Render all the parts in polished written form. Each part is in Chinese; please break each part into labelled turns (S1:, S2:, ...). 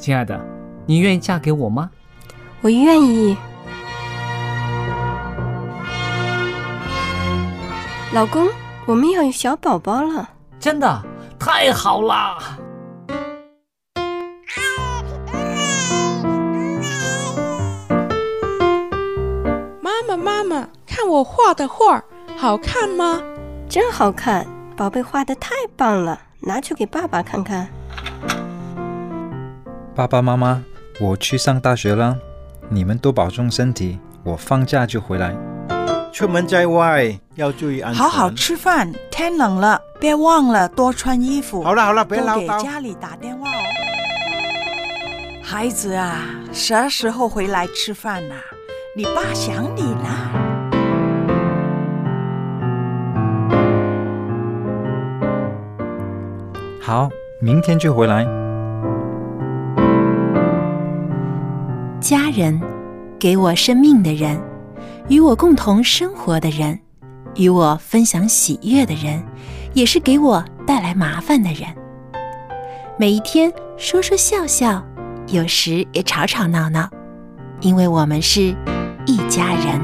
S1: 亲爱的，你愿意嫁给我吗？
S2: 我愿意。老公，我们要有小宝宝了。
S1: 真的？太好了！
S3: 妈妈，看我画的画，好看吗？
S2: 真好看，宝贝画得太棒了，拿去给爸爸看看。
S4: 爸爸妈妈，我去上大学了，你们多保重身体，我放假就回来。
S5: 出门在外要注意安全。
S6: 好好吃饭，天冷了，别忘了多穿衣服。
S5: 好了，别唠叨。
S6: 多给家里打电话哦。孩子啊，啥时候回来吃饭啊？你爸想你啦。
S4: 好，明天就回来。
S7: 家人，给我生命的人，与我共同生活的人，与我分享喜悦的人，也是给我带来麻烦的人。每一天说说笑笑，有时也吵吵闹闹，因为我们是一家人。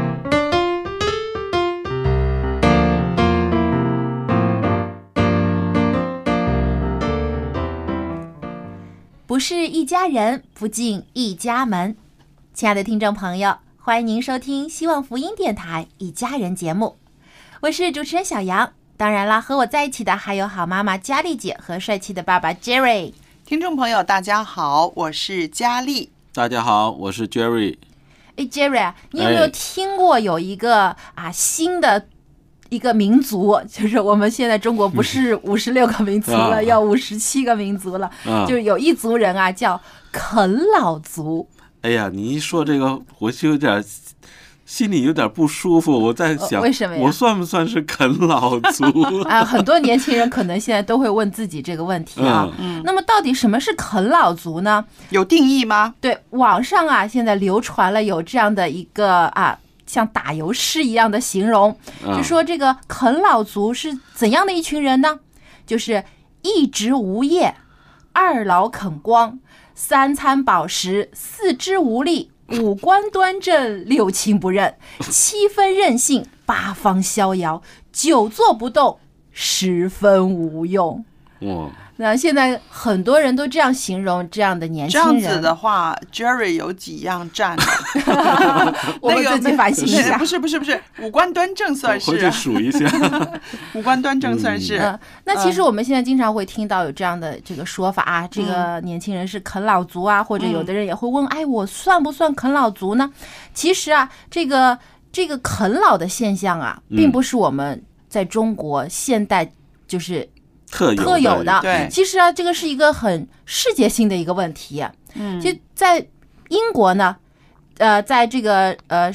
S7: 不是一家人，不进一家门。亲爱的听众朋友，欢迎您收听希望福音电台一家人节目，我是主持人小杨。当然啦，和我在一起的还有好妈妈佳丽姐和帅气的爸爸 Jerry。
S3: 听众朋友大家好，我是佳丽。
S8: 大家好，我是 Jerry。
S7: Jerry， 你有没有听过有一个新的一个民族，就是我们现在中国不是56个民族了，要57个民族了，就是有一族人啊叫啃老族。
S8: 哎呀，你一说这个我就有点心里有点不舒服，我在想
S7: 为什么呀？
S8: 我算不算是啃老族
S7: 很多年轻人可能现在都会问自己这个问题啊。那么到底什么是啃老族呢？
S3: 有定义吗？
S7: 对，网上啊现在流传了有这样的一个像打油诗一样的形容，就说这个啃老族是怎样的一群人呢？就是一直无业，二老啃光，三餐饱食，四肢无力，五官端正，六亲不认，七分任性，八方逍遥，久坐不动，十分无用。那现在很多人都这样形容这样的年轻人。
S3: 这样子的话 Jerry 有几样占
S7: 我们自己反省一下。
S3: 不是五官端正算是，
S8: 回去数一下
S3: 五官端正算是。
S7: 那其实我们现在经常会听到有这样的这个说法啊，这个年轻人是啃老族啊，或者有的人也会问，我算不算啃老族呢？其实啊，这个啃老的现象啊，并不是我们在中国现代就是特有的。
S3: 对，
S7: 其实啊，这个是一个很世界性的一个问题。其实在英国呢，在这个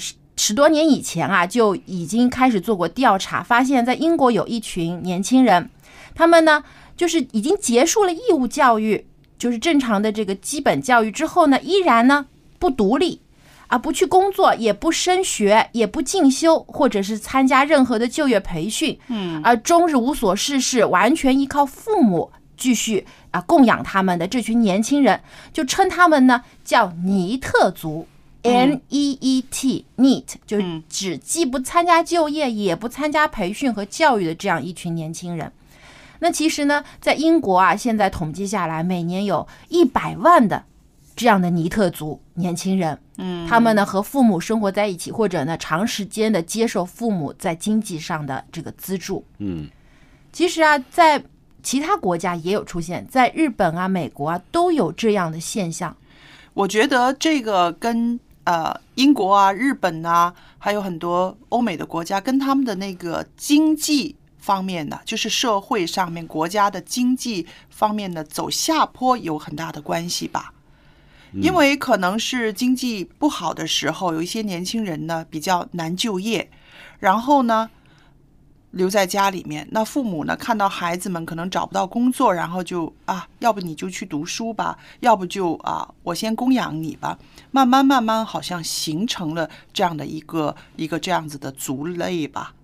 S7: 10多年以前啊，就已经开始做过调查，发现在英国有一群年轻人，他们呢就是已经结束了义务教育，就是正常的这个基本教育之后呢，依然呢不独立不去工作，也不升学，也不进修，或者是参加任何的就业培训，而终日无所事事，完全依靠父母继续供养他们的这群年轻人，就称他们呢叫尼特族。NEET NEET 就是指既不参加就业，也不参加培训和教育的这样一群年轻人。那其实呢，在英国啊，现在统计下来，每年有100万的这样的尼特族年轻人，他们呢和父母生活在一起，或者呢长时间的接受父母在经济上的这个资助。其实啊，在其他国家也有出现，在日本啊、美国啊都有这样的现象。
S3: 我觉得这个跟英国啊、日本啊，还有很多欧美的国家，跟他们的那个经济方面的，就是社会上面国家的经济方面的走下坡有很大的关系吧。因为可能是经济不好的时候，有一些年轻人呢比较难就业，然后呢留在家里面，那父母呢看到孩子们可能找不到工作，然后就要不你就去读书吧，要不就我先供养你吧，慢慢好像形成了这样的一个这样子的族类吧。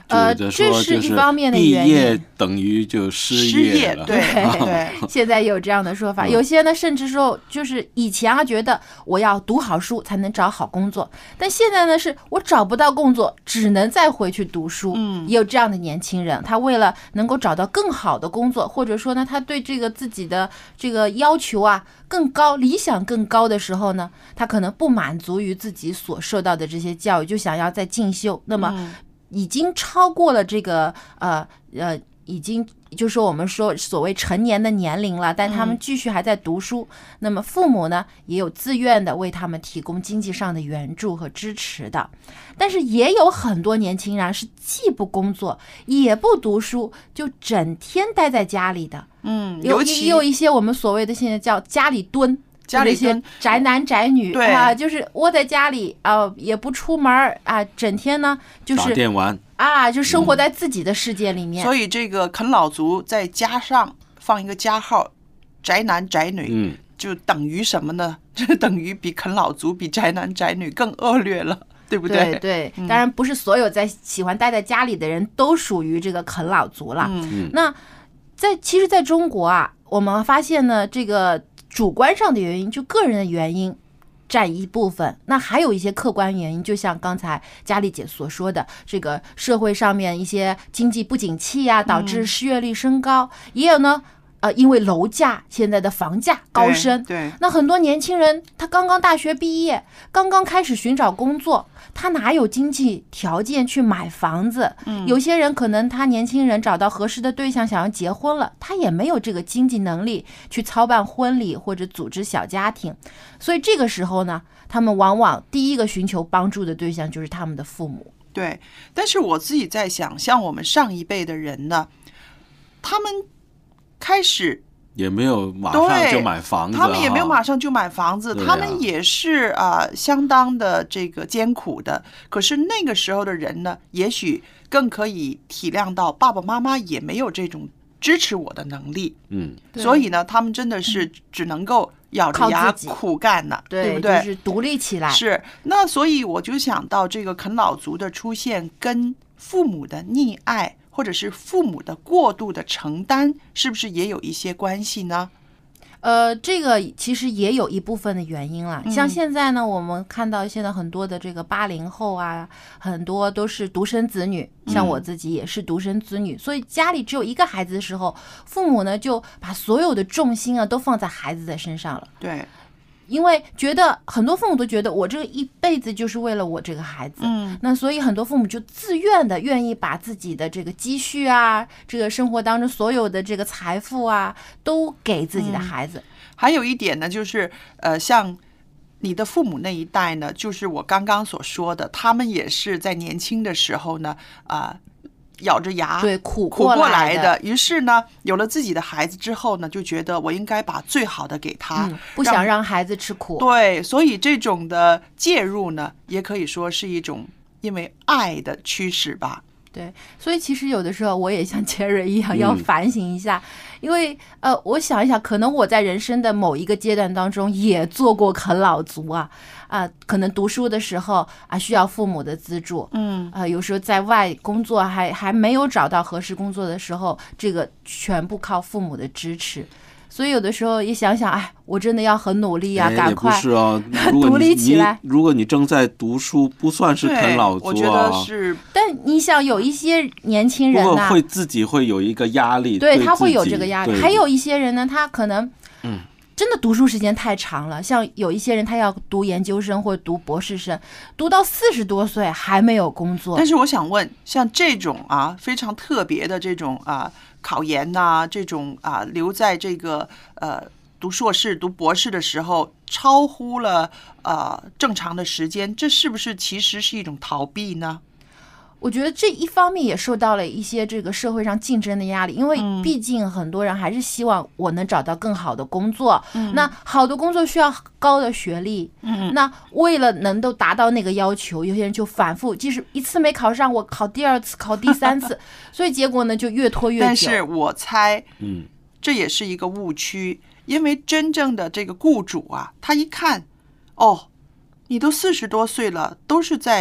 S8: 就是说
S7: 这是一
S8: 就是
S7: 方面的
S8: 毕
S7: 原因
S8: 业等于就失业了。
S3: 对对，
S7: 现在有这样的说法，有些呢甚至说就是以前觉得我要读好书才能找好工作，但现在呢是我找不到工作，只能再回去读书。也有这样的年轻人，他为了能够找到更好的工作，或者说呢他对这个自己的这个要求啊更高，理想更高的时候呢，他可能不满足于自己所受到的这些教育，就想要再进修，那么已经超过了这个已经就是说我们说所谓成年的年龄了，但他们继续还在读书，那么父母呢也有自愿的为他们提供经济上的援助和支持的。但是也有很多年轻人是既不工作也不读书，就整天待在家里的。
S3: 尤其
S7: 也有一些我们所谓的现在叫家里蹲，
S3: 家里
S7: 一些宅男宅女
S3: 对
S7: 啊，就是窝在家里啊，也不出门啊，整天呢就是
S8: 打电玩
S7: 啊，就生活在自己的世界里面。
S3: 所以这个啃老族再加上放一个加号，宅男宅女，就等于什么呢？这等于比啃老族比宅男宅女更恶劣了。对不对？
S7: 对，当然不是所有喜欢待在家里的人都属于这个啃老族了。那其实在中国啊，我们发现呢，这个主观上的原因，就个人的原因占一部分，那还有一些客观原因，就像刚才佳丽姐所说的，这个社会上面一些经济不景气啊，导致失业率升高，也有呢。因为楼价现在的房价高升，
S3: 对，
S7: 那很多年轻人他刚刚大学毕业，刚刚开始寻找工作，他哪有经济条件去买房子？有些人可能他年轻人找到合适的对象想要结婚了，他也没有这个经济能力去操办婚礼或者组织小家庭，所以这个时候呢，他们往往第一个寻求帮助的对象就是他们的父母。
S3: 对，但是我自己在想，像我们上一辈的人呢，他们开始
S8: 也没有马上就买房子，
S3: 他们也没有马上就买房子，他们也是相当的这个艰苦的。可是那个时候的人呢，也许更可以体谅到爸爸妈妈也没有这种支持我的能力，所以呢，他们真的是只能够咬着牙苦干呢，对不对？
S7: 就是独立起来。
S3: 是，那所以我就想到这个啃老族的出现跟父母的溺爱，或者是父母的过度的承担，是不是也有一些关系呢？
S7: 这个其实也有一部分的原因了。像现在呢，我们看到现在很多的这个80后啊，很多都是独生子女，像我自己也是独生子女，所以家里只有一个孩子的时候，父母呢就把所有的重心啊都放在孩子的身上了。
S3: 对。
S7: 因为觉得很多父母都觉得我这个一辈子就是为了我这个孩子，那所以很多父母就自愿的愿意把自己的这个积蓄啊，这个生活当中所有的这个财富啊，都给自己的孩子。
S3: 还有一点呢，就是像你的父母那一代呢，就是我刚刚所说的，他们也是在年轻的时候呢，咬着牙
S7: 对苦
S3: 过
S7: 来
S3: 的，于是呢，有了自己的孩子之后呢，就觉得我应该把最好的给他，
S7: 不想让孩子吃苦。
S3: 对，所以这种的介入呢，也可以说是一种因为爱的驱使吧。
S7: 对，所以其实有的时候我也像杰瑞一样要反省一下，因为我想一想，可能我在人生的某一个阶段当中也做过啃老族可能读书的时候需要父母的资助，有时候在外工作还没有找到合适工作的时候，这个全部靠父母的支持。所以有的时候也想想，我真的要很努力赶快独立起来。
S8: 如果你正在读书，不算是啃老族
S3: 我觉得是。
S7: 但你想，有一些年轻人呢，
S8: 自己会有一个压力，
S7: 对他会有这个压力。还有一些人呢，他可能真的读书时间太长了，像有一些人他要读研究生或者读博士生，读到40多岁还没有工作。
S3: 但是我想问，像这种非常特别的这种考研呐，这种留在这个读硕士、读博士的时候，超乎了正常的时间，这是不是其实是一种逃避呢？
S7: 我觉得这一方面也受到了一些这个社会上竞争的压力，因为毕竟很多人还是希望我能找到更好的工作，那好的工作需要高的学历，那为了能够达到那个要求，有些人就反复，即使一次没考上，我考第2次，考第3次，所以结果呢就越拖越久。
S3: 但是我猜，这也是一个误区，因为真正的这个雇主他一看，你都40多岁了，都是在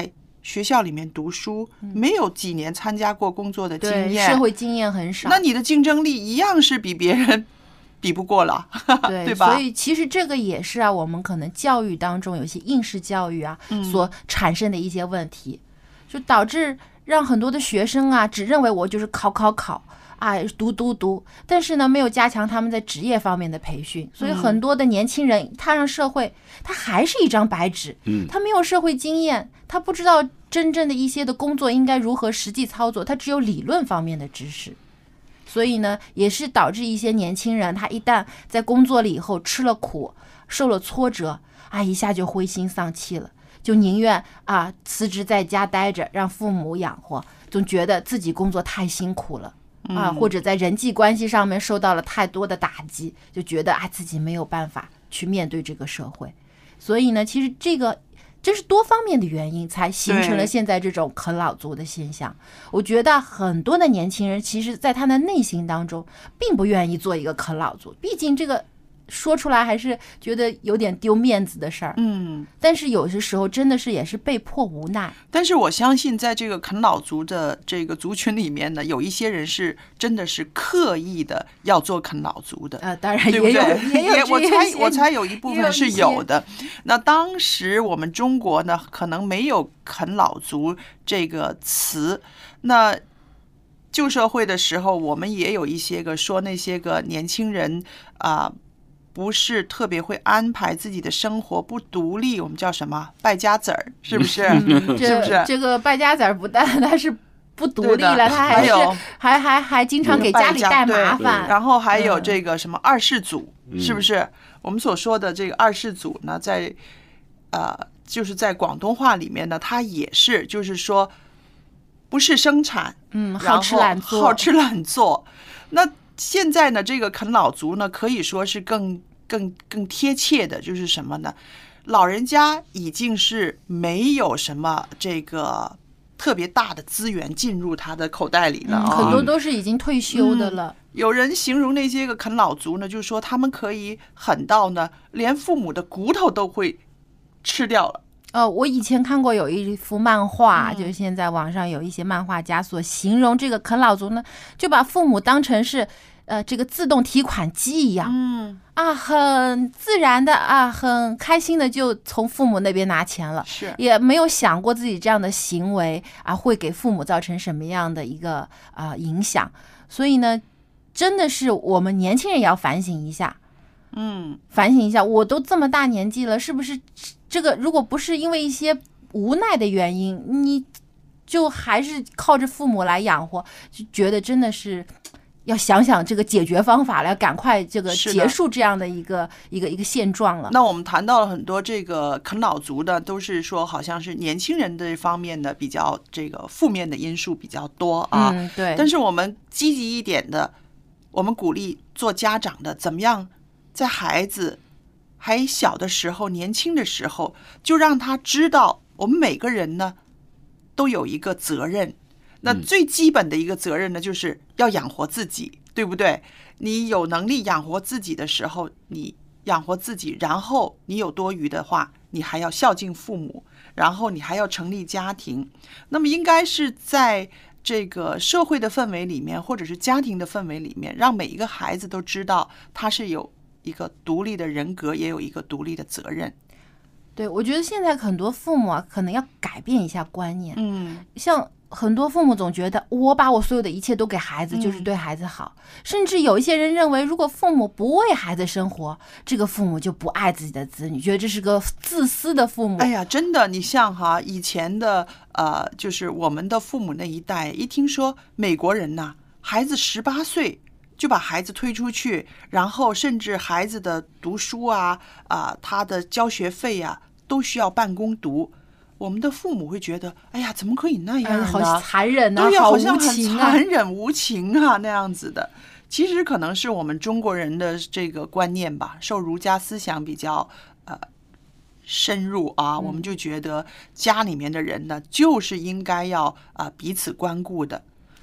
S3: 学校里面读书，没有几年参加过工作的经验，
S7: 社会经验很少，
S3: 那你的竞争力一样是比别人比不过了，对吧？
S7: 所以其实这个也是啊，我们可能教育当中有些应试教育啊所产生的一些问题，就导致让很多的学生啊只认为我就是考啊，读，但是呢，没有加强他们在职业方面的培训，所以很多的年轻人踏上社会，他还是一张白纸，他没有社会经验，他不知道真正的一些的工作应该如何实际操作，他只有理论方面的知识，所以呢，也是导致一些年轻人，他一旦在工作了以后吃了苦，受了挫折，啊，一下就灰心丧气了，就宁愿啊辞职在家待着，让父母养活，总觉得自己工作太辛苦了。或者在人际关系上面受到了太多的打击，就觉得自己没有办法去面对这个社会。所以呢，其实这是多方面的原因才形成了现在这种啃老族的现象。我觉得很多的年轻人其实在他的内心当中并不愿意做一个啃老族，毕竟这个说出来还是觉得有点丢面子的事儿。但是有些时候真的是也是被迫无奈。
S3: 但是我相信在这个啃老族的这个族群里面呢，有一些人是真的是刻意的要做啃老族的，
S7: 当然
S3: 对不
S7: 对？也有
S3: 我猜有一部分是有的。那当时我们中国呢，可能没有啃老族这个词，那旧社会的时候，我们也有一些个说那些个年轻人不是特别会安排自己的生活，不独立，我们叫什么败家子儿，是不是？是不是？
S7: 这个败家子儿不但他是不独立了，他还是还经常给家里带麻烦。
S3: 然后还有这个什么二世祖，是不是？我们所说的这个二世祖呢，在就是在广东话里面呢，它也是就是说不是生产，
S7: 好吃懒做，
S3: 那现在呢，这个啃老族呢，可以说是更贴切的，就是什么呢？老人家已经是没有什么这个特别大的资源进入他的口袋里了，
S7: 很多都是已经退休的了。
S3: 有人形容那些个啃老族呢，就是说他们可以狠到呢，连父母的骨头都会吃掉了。
S7: 我以前看过有一幅漫画，就是现在网上有一些漫画家所形容这个啃老族呢，就把父母当成是这个自动提款机一样，很自然的很开心的就从父母那边拿钱了，也没有想过自己这样的行为会给父母造成什么样的一个影响。所以呢，真的是我们年轻人也要反省一下。反省一下，我都这么大年纪了，是不是这个如果不是因为一些无奈的原因，你就还是靠着父母来养活，就觉得真的是要想想这个解决方法了，要赶快这个结束这样的一个现状了。
S3: 那我们谈到了很多这个啃老族的，都是说好像是年轻人这方面的比较这个负面的因素比较多
S7: 对。
S3: 但是我们积极一点的，我们鼓励做家长的怎么样在孩子还小的时候，年轻的时候，就让他知道我们每个人呢都有一个责任。那最基本的一个责任呢，就是要养活自己，对不对？你有能力养活自己的时候，你养活自己，然后你有多余的话，你还要孝敬父母，然后你还要成立家庭。那么应该是在这个社会的氛围里面，或者是家庭的氛围里面，让每一个孩子都知道他是有一个独立的人格，也有一个独立的责任。
S7: 对，我觉得现在很多父母可能要改变一下观念。像很多父母总觉得我把我所有的一切都给孩子，就是对孩子好。甚至有一些人认为，如果父母不为孩子生活，这个父母就不爱自己的子女，觉得这是个自私的父母。
S3: 哎呀，真的，你像以前的就是我们的父母那一代，一听说美国人呐，孩子18岁就把孩子推出去，然后甚至孩子的读书他的交学费都需要办公读。我们的父母会觉得，哎呀，怎么可以那样呢？
S7: 好残忍
S3: 对呀，
S7: 好
S3: 好像很
S7: 无情
S3: 残忍无情那样子的。其实可能是我们中国人的这个观念吧，受儒家思想比较深入我们就觉得家里面的人呢，就是应该要彼此关顾的。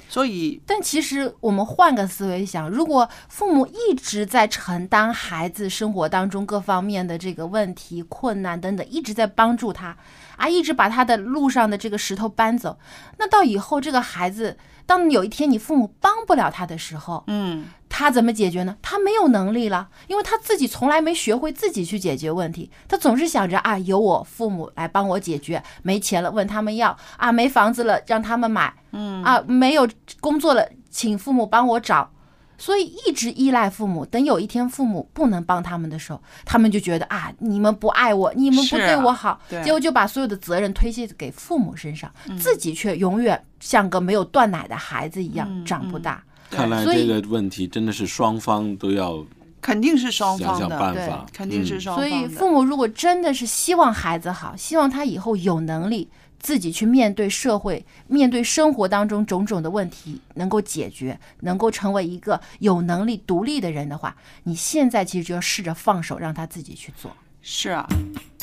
S3: 所以，
S7: 但其实我们换个思维想，如果父母一直在承担孩子生活当中各方面的这个问题、困难等等，一直在帮助他啊，一直把他的路上的这个石头搬走，那到以后这个孩子，当有一天你父母帮不了他的时候，他怎么解决呢？他没有能力了，因为他自己从来没学会自己去解决问题，他总是想着啊，由我父母来帮我解决，没钱了问他们要啊，没房子了让他们买，啊，没有工作了请父母帮我找，所以一直依赖父母。等有一天父母不能帮他们的时候，他们就觉得啊，你们不爱我，你们不对我好，结果就把所有的责任推卸给父母身上，自己却永远像个没有断奶的孩子一样长不大。
S8: 看来这个问题真的是双方都要，
S3: 肯定是双方的，
S8: 想想办法，
S3: 肯定是双方的。
S7: 所以父母如果真的是希望孩子好，希望他以后有能力自己去面对社会、面对生活当中种种的问题能够解决，能够成为一个有能力独立的人的话，你现在其实就要试着放手，让他自己去做。
S3: 是啊。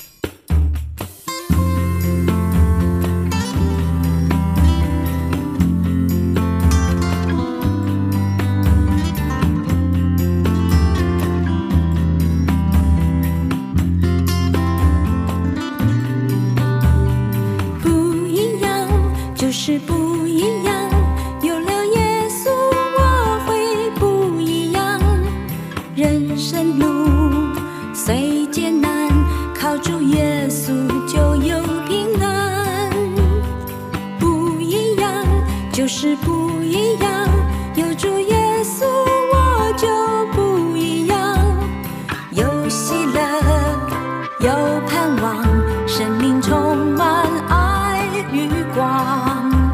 S9: 就是不一样，有了耶稣我会不一样。人生路虽艰难，靠住耶稣就有平安。不一样，就是不一样，有主耶稣我就不一样。有喜乐，有盼望，生命充满爱与光。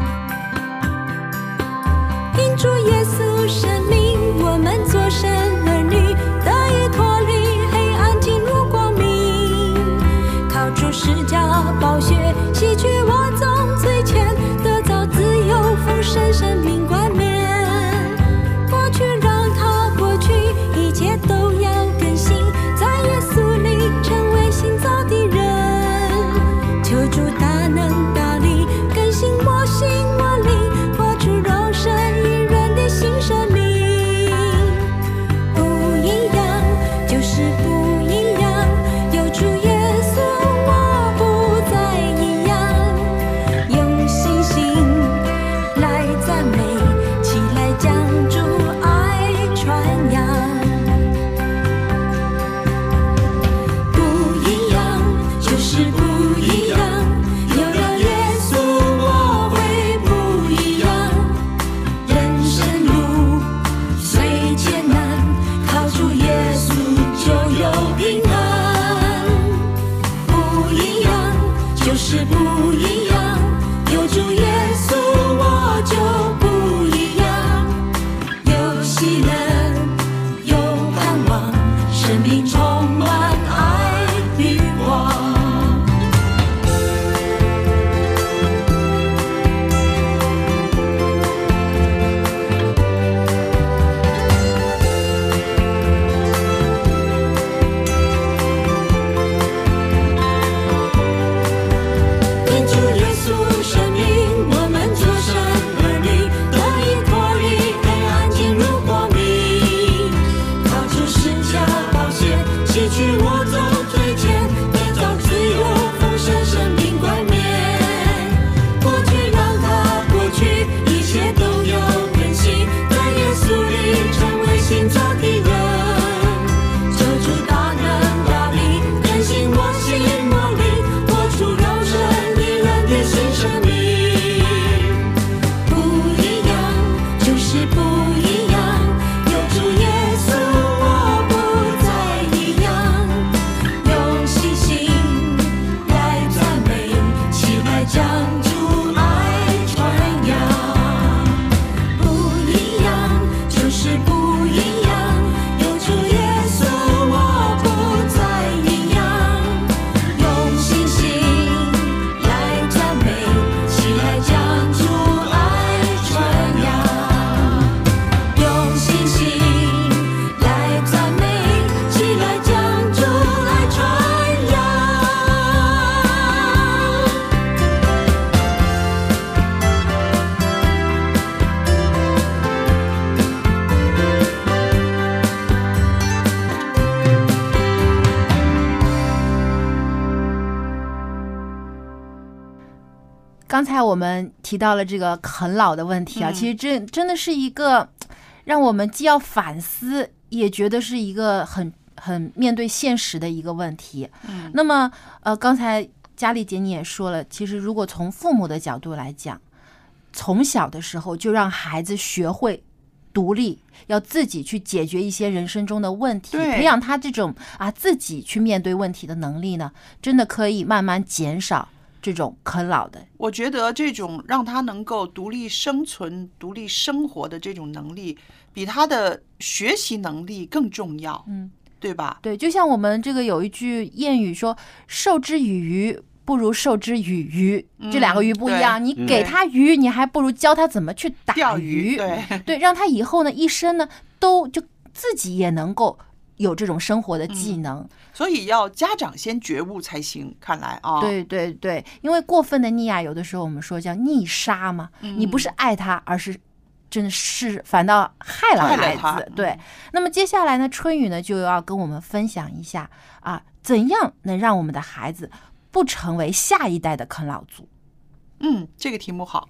S9: 主耶稣生命，我们做神儿女，得以脱离黑暗，进入光明。靠主十架宝血，洗去我种罪愆，得到自由丰盛生命冠冕。过去让它过去，一切都要更新，在耶稣里成为新造的人。求主大能大力更新我心我灵，活出肉身新生命。不一样，就是不一样，有主耶稣我不再一样。用信心来赞美，起来将主爱传扬。不一样，就是不一样，有了耶稣我会不一样。人生路虽艰难，靠住耶稣就有平安。不一样，就是不一样，有主耶稣我就不一样。有喜乐，有盼望，生命充满爱与光。洗去
S7: 刚才我们提到了这个啃老的问题啊，其实这真的是一个让我们既要反思，也觉得是一个很面对现实的一个问题。那么刚才佳丽姐你也说了，其实如果从父母的角度来讲，从小的时候就让孩子学会独立，要自己去解决一些人生中的问题，培养他这种自己去面对问题的能力呢，真的可以慢慢减少这种啃老的。
S3: 我觉得这种让他能够独立生存、独立生活的这种能力，比他的学习能力更重要，对吧？
S7: 对，就像我们这个有一句谚语说，授之以鱼不如授之以渔，这两个鱼不一样。你给他鱼，你还不如教他怎么去打鱼。对，让他以后呢一生呢都就自己也能够有这种生活的技能。
S3: 所以要家长先觉悟才行，看来啊。
S7: 对对对，因为过分的溺爱，有的时候我们说叫溺杀嘛，你不是爱他，而是真的是反倒害了孩子。对，那么接下来呢，春雨呢就要跟我们分享一下怎样能让我们的孩子不成为下一代的啃老族。
S3: 这个题目好。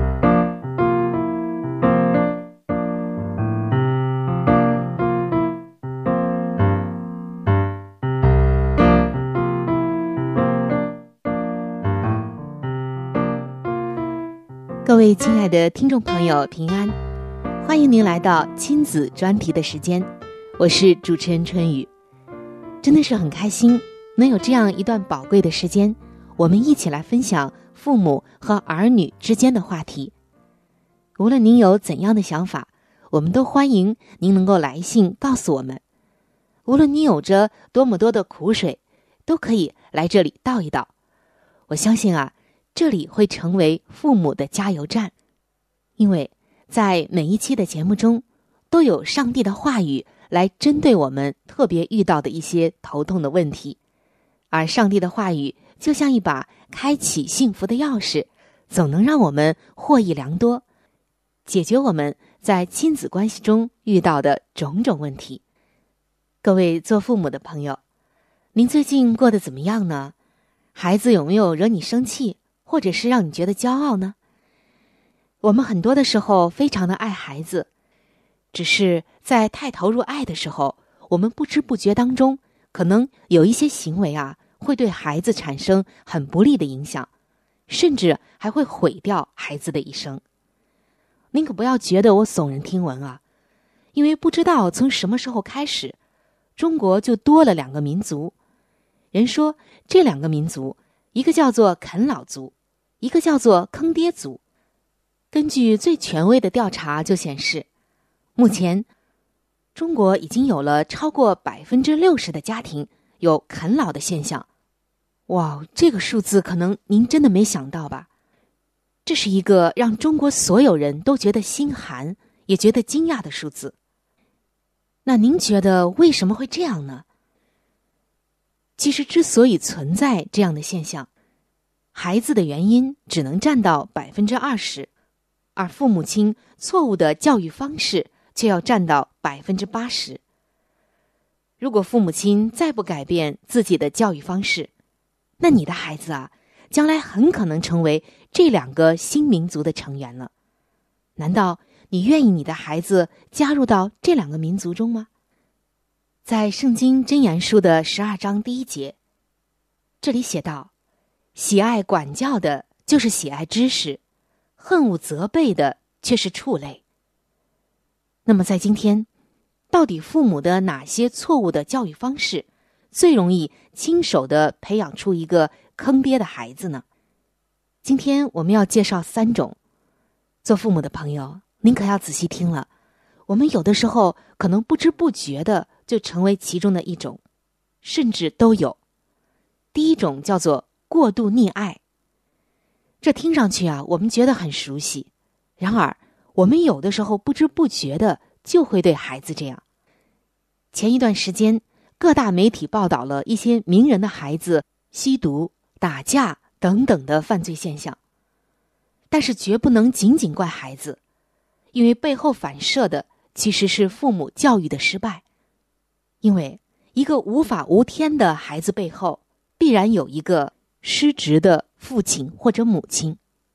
S10: 各位亲爱的听众朋友，平安，欢迎您来到亲子专题的时间，我是主持人春雨。真的是很开心能有这样一段宝贵的时间，我们一起来分享父母和儿女之间的话题。无论您有怎样的想法，我们都欢迎您能够来信告诉我们。无论你有着多么多的苦水，都可以来这里倒一倒。我相信这里会成为父母的加油站，因为在每一期的节目中，都有上帝的话语来针对我们特别遇到的一些头痛的问题，而上帝的话语就像一把开启幸福的钥匙，总能让我们获益良多，解决我们在亲子关系中遇到的种种问题。各位做父母的朋友，您最近过得怎么样呢？孩子有没有惹你生气，或者是让你觉得骄傲呢？我们很多的时候非常的爱孩子，只是在太投入爱的时候，我们不知不觉当中可能有一些行为会对孩子产生很不利的影响，甚至还会毁掉孩子的一生。您可不要觉得我耸人听闻因为不知道从什么时候开始，中国就多了2个民族。人说这2个民族，一个叫做啃老族，一个叫做坑爹族。根据最权威的调查就显示，目前中国已经有了超过60%的家庭有啃老的现象。哇，这个数字可能您真的没想到吧？这是一个让中国所有人都觉得心寒，也觉得惊讶的数字。那您觉得为什么会这样呢？其实之所以存在这样的现象，孩子的原因只能占到20%，而父母亲错误的教育方式却要占到80%。如果父母亲再不改变自己的教育方式，那你的孩子将来很可能成为这2个新民族的成员了。难道你愿意你的孩子加入到这2个民族中吗？在圣经箴言书的12章第1节，这里写道：喜爱管教的就是喜爱知识，恨恶责备的却是畜类。那么在今天，到底父母的哪些错误的教育方式最容易亲手的培养出一个坑爹的孩子呢？今天我们要介绍3种。做父母的朋友，您可要仔细听了，我们有的时候可能不知不觉的就成为其中的一种，甚至都有。第一种叫做过度溺爱。这听上去我们觉得很熟悉，然而我们有的时候不知不觉的就会对孩子这样。前一段时间，各大媒体报道了一些名人的孩子吸毒、打架等等的犯罪现象，但是绝不能仅仅怪孩子，因为背后反射的其实是父母教育的失败。因为一个无法无天的孩子背后，必然有一个失职的父亲或者母亲。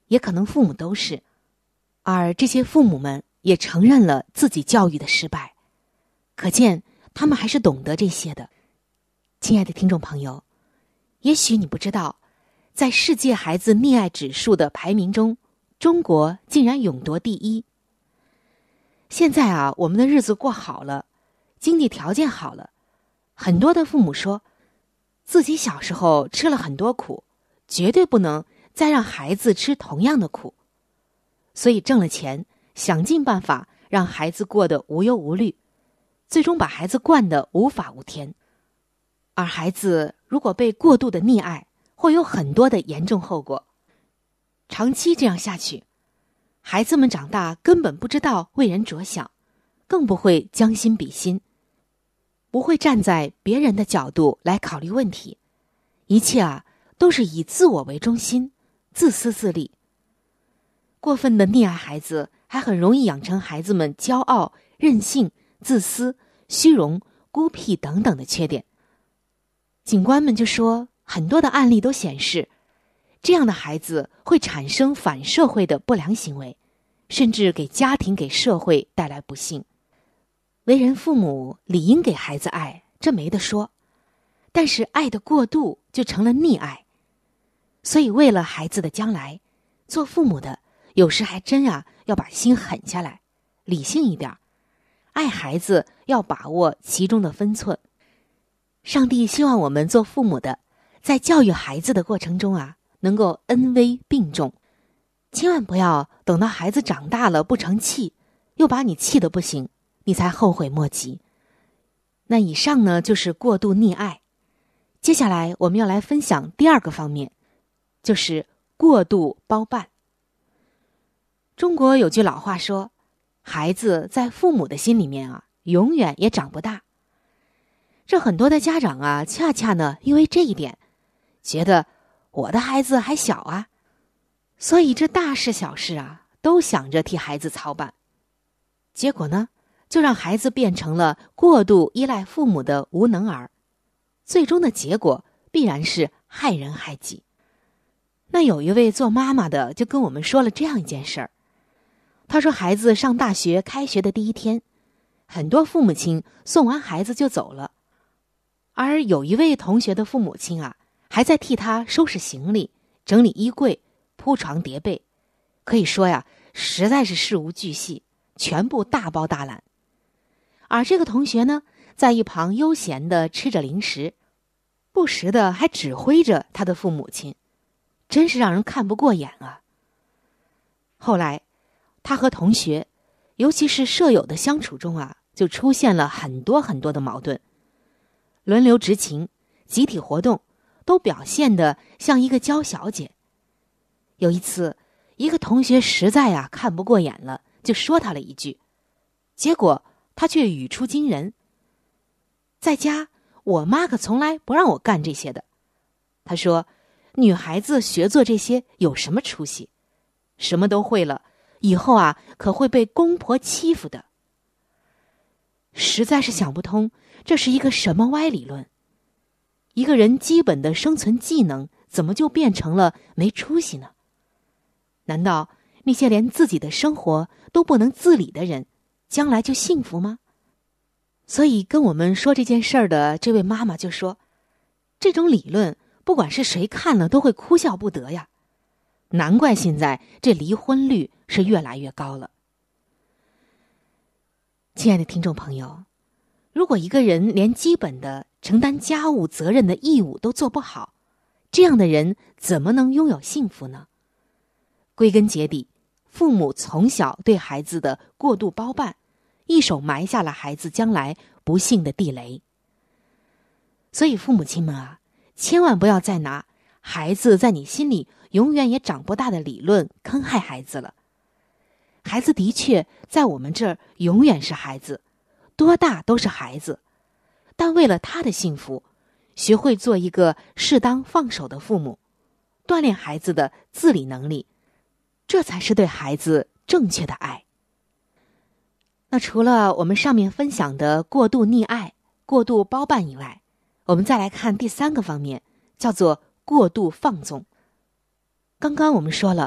S10: 也可能父母都是，而这些父母们也承认了自己教育的失败，可见他们还是懂得这些的。亲爱的听众朋友，也许你不知道，在世界孩子溺爱指数的排名中，中国竟然勇夺第一。现在啊，我们的日子过好了，经济条件好了，很多的父母说，自己小时候吃了很多苦，绝对不能再让孩子吃同样的苦，所以挣了钱，想尽办法让孩子过得无忧无虑，最终把孩子惯得无法无天。而孩子如果被过度的溺爱，会有很多的严重后果。长期这样下去，孩子们长大根本不知道为人着想，更不会将心比心，不会站在别人的角度来考虑问题，一切啊都是以自我为中心，自私自利。过分的溺爱孩子，还很容易养成孩子们骄傲、任性、自私、虚荣、孤僻等等的缺点。警官们就说，很多的案例都显示，这样的孩子会产生反社会的不良行为，甚至给家庭、给社会带来不幸。为人父母理应给孩子爱，这没得说，但是爱的过度就成了溺爱。所以为了孩子的将来，做父母的有时还真要把心狠下来，理性一点，爱孩子要把握其中的分寸。上帝希望我们做父母的，在教育孩子的过程中能够恩威并重，千万不要等到孩子长大了不成器，又把你气得不行，你才后悔莫及。那以上呢，就是过度溺爱。接下来我们要来分享第二个方面，就是过度包办。中国有句老话说，孩子在父母的心里面永远也长不大。这很多的家长恰恰呢，因为这一点，觉得我的孩子还小所以这大事小事都想着替孩子操办。结果呢，就让孩子变成了过度依赖父母的无能儿，最终的结果必然是害人害己。那有一位做妈妈的就跟我们说了这样一件事儿，他说孩子上大学开学的第一天，很多父母亲送完孩子就走了，而有一位同学的父母亲还在替他收拾行李、整理衣柜、铺床叠被，可以说实在是事无巨细，全部大包大揽。而这个同学呢，在一旁悠闲地吃着零食，不时的还指挥着他的父母亲，真是让人看不过眼后来他和同学，尤其是舍友的相处中就出现了很多很多的矛盾，轮流执勤、集体活动都表现得像一个娇小姐。有一次，一个同学实在看不过眼了，就说他了一句，结果他却语出惊人。在家，我妈可从来不让我干这些的。他说，女孩子学做这些有什么出息？什么都会了，以后可会被公婆欺负的。实在是想不通，这是一个什么歪理论？一个人基本的生存技能怎么就变成了没出息呢？难道那些连自己的生活都不能自理的人，将来就幸福吗？所以跟我们说这件事儿的这位妈妈就说，这种理论不管是谁看了都会哭笑不得呀，难怪现在这离婚率是越来越高了。亲爱的听众朋友，如果一个人连基本的承担家务责任的义务都做不好，这样的人怎么能拥有幸福呢？归根结底，父母从小对孩子的过度包办，一手埋下了孩子将来不幸的地雷。所以父母亲们千万不要再拿孩子在你心里永远也长不大的理论坑害孩子了。孩子的确在我们这儿永远是孩子，多大都是孩子，但为了他的幸福，学会做一个适当放手的父母，锻炼孩子的自理能力，这才是对孩子正确的爱。那除了我们上面分享的过度溺爱、过度包办以外，我们再来看第三个方面，叫做过度放纵。刚刚我们说了，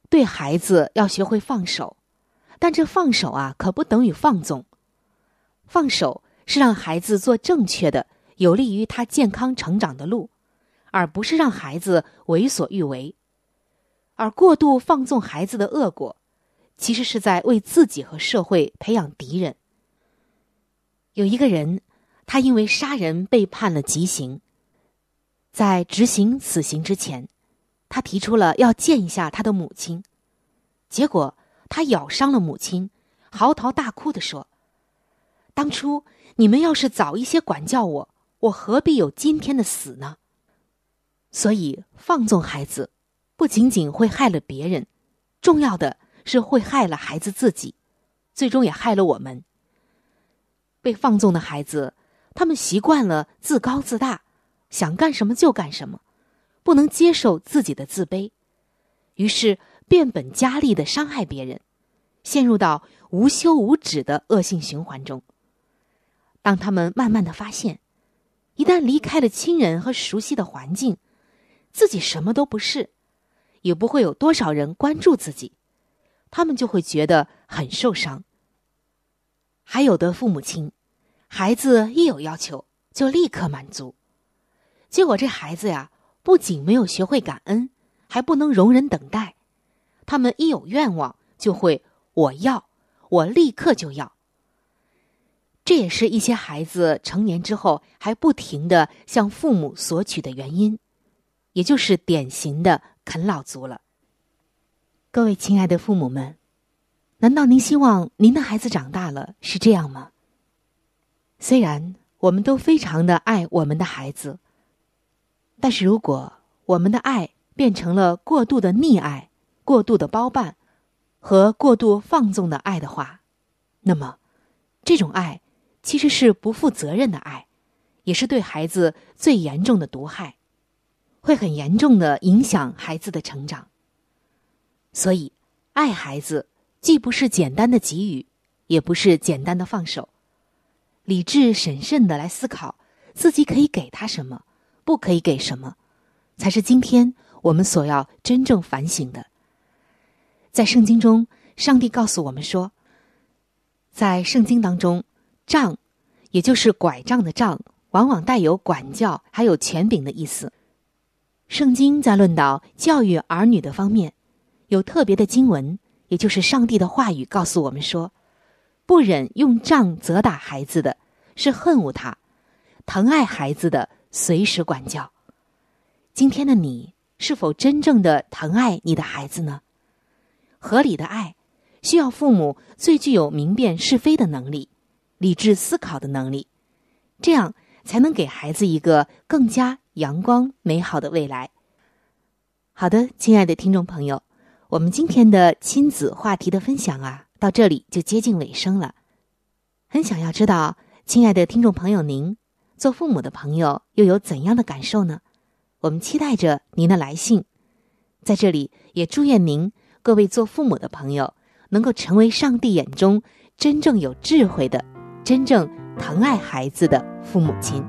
S10: 对孩子要学会放手，但这放手啊，可不等于放纵。放手是让孩子做正确的、有利于他健康成长的路，而不是让孩子为所欲为。而过度放纵孩子的恶果，其实是在为自己和社会培养敌人。有一个人，他因为杀人被判了极刑，在执行死刑之前，他提出了要见一下他的母亲，结果他咬伤了母亲，嚎啕大哭地说：当初你们要是早一些管教我，我何必有今天的死呢？所以放纵孩子不仅仅会害了别人，重要的是会害了孩子自己，最终也害了我们。被放纵的孩子，他们习惯了自高自大，想干什么就干什么，不能接受自己的自卑，于是变本加厉地伤害别人，陷入到无休无止的恶性循环中。当他们慢慢地发现，一旦离开了亲人和熟悉的环境，自己什么都不是，也不会有多少人关注自己，他们就会觉得很受伤。还有的父母亲，孩子一有要求就立刻满足，结果这孩子呀，不仅没有学会感恩，还不能容忍等待。他们一有愿望就会我要，我立刻就要。这也是一些孩子成年之后还不停地向父母索取的原因，也就是典型的啃老族了。各位亲爱的父母们，难道您希望您的孩子长大了是这样吗？虽然我们都非常的爱我们的孩子，但是如果我们的爱变成了过度的溺爱、过度的包办和过度放纵的爱的话，那么这种爱其实是不负责任的爱，也是对孩子最严重的毒害，会很严重的影响孩子的成长。所以爱孩子既不是简单的给予，也不是简单的放手，理智审慎的来思考自己可以给他什么，不可以给什么，才是今天我们所要真正反省的。在圣经中，上帝告诉我们说，在圣经当中，杖，也就是拐杖的杖，往往带有管教还有权柄的意思。圣经在论到教育儿女的方面，有特别的经文，也就是上帝的话语告诉我们说，不忍用杖责打孩子的是恨恶他，疼爱孩子的随时管教。今天的你是否真正的疼爱你的孩子呢？合理的爱需要父母最具有明辨是非的能力，理智思考的能力，这样才能给孩子一个更加阳光美好的未来。好的，亲爱的听众朋友，我们今天的亲子话题的分享啊，到这里就接近尾声了。很想要知道，亲爱的听众朋友，您做父母的朋友又有怎样的感受呢？我们期待着您的来信。在这里也祝愿您各位做父母的朋友能够成为上帝眼中真正有智慧的、真正疼爱孩子的父母亲。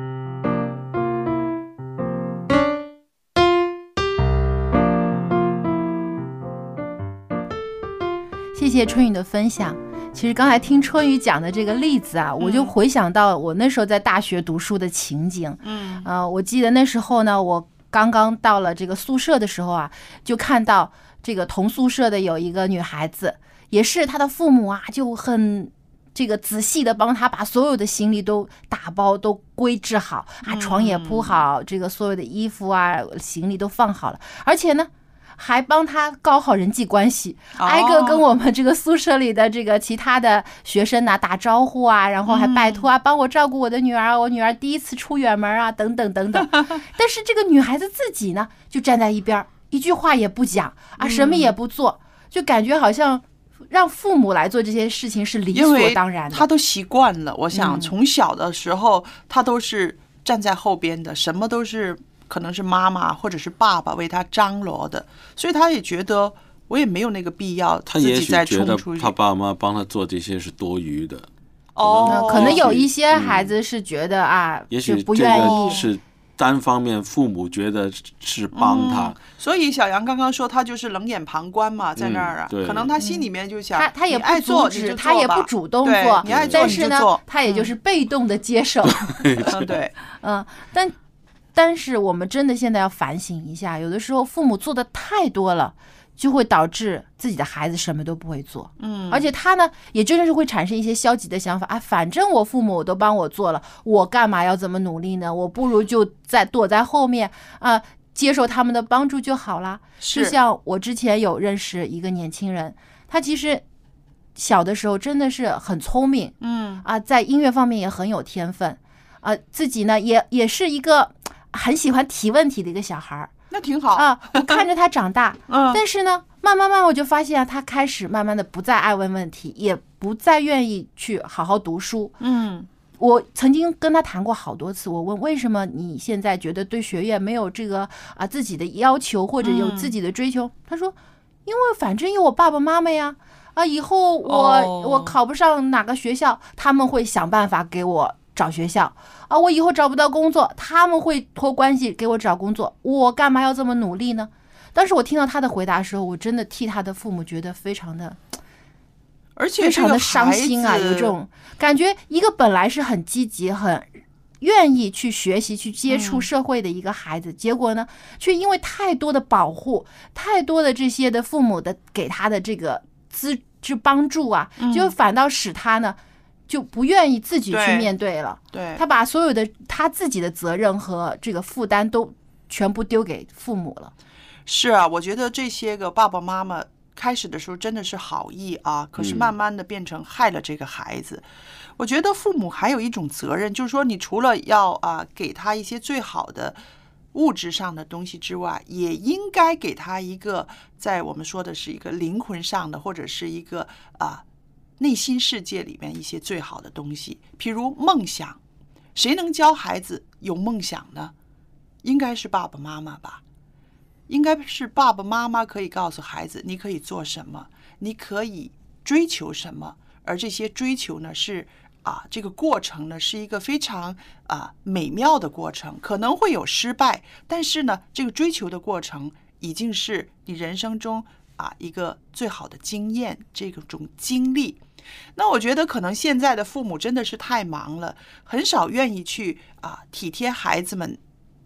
S7: 谢谢春雨的分享。其实刚才听春雨讲的这个例子啊，我就回想到我那时候在大学读书的情景。我记得那时候呢，我刚刚到了这个宿舍的时候啊，就看到这个同宿舍的有一个女孩子，也是她的父母啊，就很这个仔细的帮她把所有的行李都打包都归置好啊，床也铺好，这个所有的衣服啊行李都放好了，而且呢还帮他搞好人际关系，挨个跟我们这个宿舍里的这个其他的学生啊打招呼啊，然后还拜托啊帮我照顾我的女儿，我女儿第一次出远门啊，等等等等。但是这个女孩子自己呢，就站在一边，一句话也不讲啊，什么也不做，就感觉好像让父母来做这些事情是理所当然的。
S3: 他都习惯了，我想从小的时候他都是站在后边的，什么都是可能是妈妈或者是爸爸为他张罗的，所以他也觉得我也没有那个必要自己再冲出去。
S8: 他也许觉得他爸妈帮他做这些是多余的。
S7: 可能有一些孩子是觉得啊，
S8: 也许
S7: 不愿意，
S8: 是单方面父母觉得是帮他。
S3: 所以小杨刚刚说他就是冷眼旁观嘛，在那儿啊，可能他心里面就想，
S7: 他也不
S3: 爱做
S7: 阻止，他也不主动做，
S3: 你爱做
S7: 但是呢，他也就是被动的接受。
S3: 对，
S7: 但是我们真的现在要反省一下，有的时候父母做的太多了，就会导致自己的孩子什么都不会做。而且他呢，也真的是会产生一些消极的想法啊，反正我父母都帮我做了，我干嘛要这么努力呢？我不如就躲在后面啊，接受他们的帮助就好啦。就像我之前有认识一个年轻人，他其实小的时候真的是很聪明，在音乐方面也很有天分，自己呢也是一个很喜欢提问题的一个小孩，
S3: 那挺好
S7: 啊。我看着他长大，但是呢，慢慢我就发现他开始慢慢的不再爱问问题，也不再愿意去好好读书。我曾经跟他谈过好多次，我问为什么你现在觉得对学业没有这个自己的要求或者有自己的追求？他说，因为反正有我爸爸妈妈呀，以后我考不上哪个学校，他们会想办法给我找学校我以后找不到工作，他们会托关系给我找工作，我干嘛要这么努力呢？当时我听到他的回答的时候，我真的替他的父母觉得非常的，
S3: 而且
S7: 非常的伤心啊！有这种感觉，一个本来是很积极、很愿意去学习、去接触社会的一个孩子，结果呢，却因为太多的保护、太多的这些的父母的给他的这个资质帮助啊，就反倒使他呢，就不愿意自己去面对了。
S3: 对，
S7: 他把所有的他自己的责任和这个负担都全部丢给父母了。
S3: 是啊，我觉得这些个爸爸妈妈开始的时候真的是好意啊，可是慢慢的变成害了这个孩子。我觉得父母还有一种责任，就是说你除了要给他一些最好的物质上的东西之外，也应该给他一个在我们说的是一个灵魂上的，或者是一个内心世界里面一些最好的东西，譬如梦想。谁能教孩子有梦想呢？应该是爸爸妈妈吧。应该是爸爸妈妈可以告诉孩子，你可以做什么，你可以追求什么，而这些追求呢是这个过程呢是一个非常美妙的过程，可能会有失败，但是呢这个追求的过程已经是你人生中一个最好的经验，这种经历。那我觉得可能现在的父母真的是太忙了，很少愿意去体贴孩子们